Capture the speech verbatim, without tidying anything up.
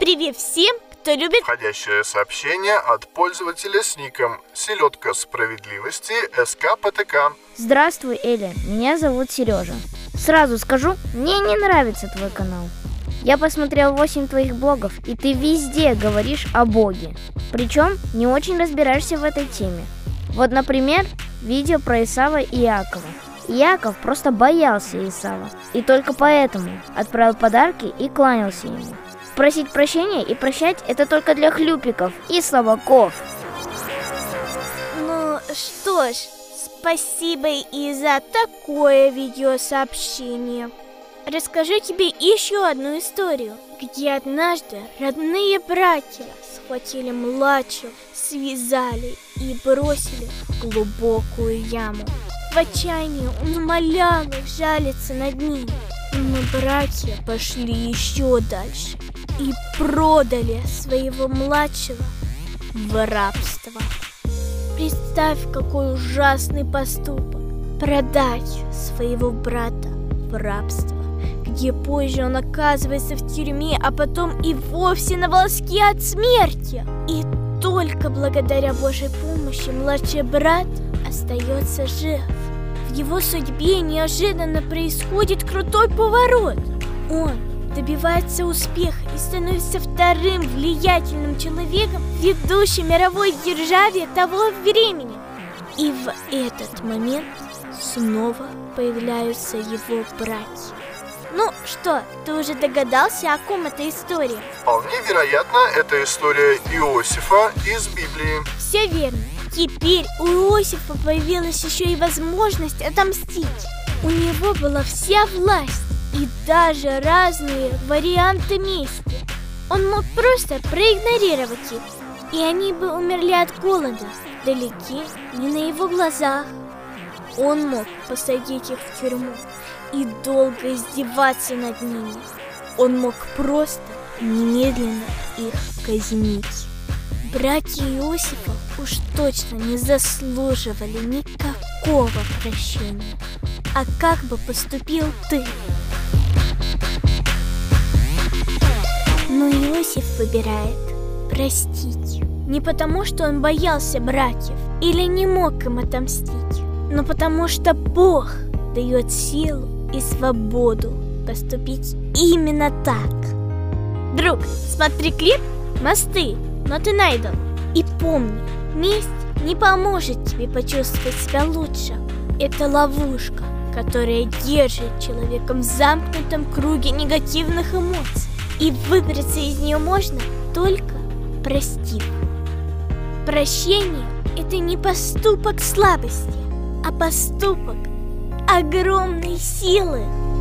Привет всем, кто любит входящее сообщение от пользователя с ником Селедка Справедливости СКПТК. Здравствуй, Эля, меня зовут Сережа. Сразу скажу, мне не нравится твой канал. Я посмотрел восемь твоих блогов, и ты везде говоришь о Боге. Причем не очень разбираешься в этой теме. Вот, например, видео про Исава и Иакова. Иаков просто боялся Исава, и только поэтому отправил подарки и кланялся ему. Просить прощения и прощать – это только для хлюпиков и слабаков. Ну что ж, спасибо и за такое видеосообщение. Расскажу тебе еще одну историю, где однажды родные братья схватили младшего, связали и бросили в глубокую яму. В отчаянии он умолял их жалиться над ним, но братья пошли еще дальше и продали своего младшего в рабство. Представь, какой ужасный поступок – продать своего брата в рабство, где позже он оказывается в тюрьме, а потом и вовсе на волоске от смерти. И только благодаря Божьей помощи младший брат остается жив. В его судьбе неожиданно происходит крутой поворот. Он добивается успеха и становится вторым влиятельным человеком в ведущей мировой державе того времени. И в этот момент снова появляются его братья. Ну что, ты уже догадался, о ком эта история? Вполне вероятно, это история Иосифа из Библии. Все верно. Теперь у Иосифа появилась еще и возможность отомстить. У него была вся власть и даже разные варианты мести. Он мог просто проигнорировать их, и они бы умерли от голода, вдалеке, не на его глазах. Он мог посадить их в тюрьму и долго издеваться над ними. Он мог просто немедленно их казнить. Братья Иосифа уж точно не заслуживали никакого прощения. А как бы поступил ты? Но Иосиф выбирает простить. Не потому, что он боялся братьев или не мог им отомстить, но потому что Бог дает силу и свободу поступить именно так. Друг, смотри клип «Мосты», Not an Idol. И помни, месть не поможет тебе почувствовать себя лучше. Это ловушка, которая держит человека в замкнутом круге негативных эмоций. И выбраться из нее можно только простив. Прощение – это не поступок слабости, а поступок огромной силы.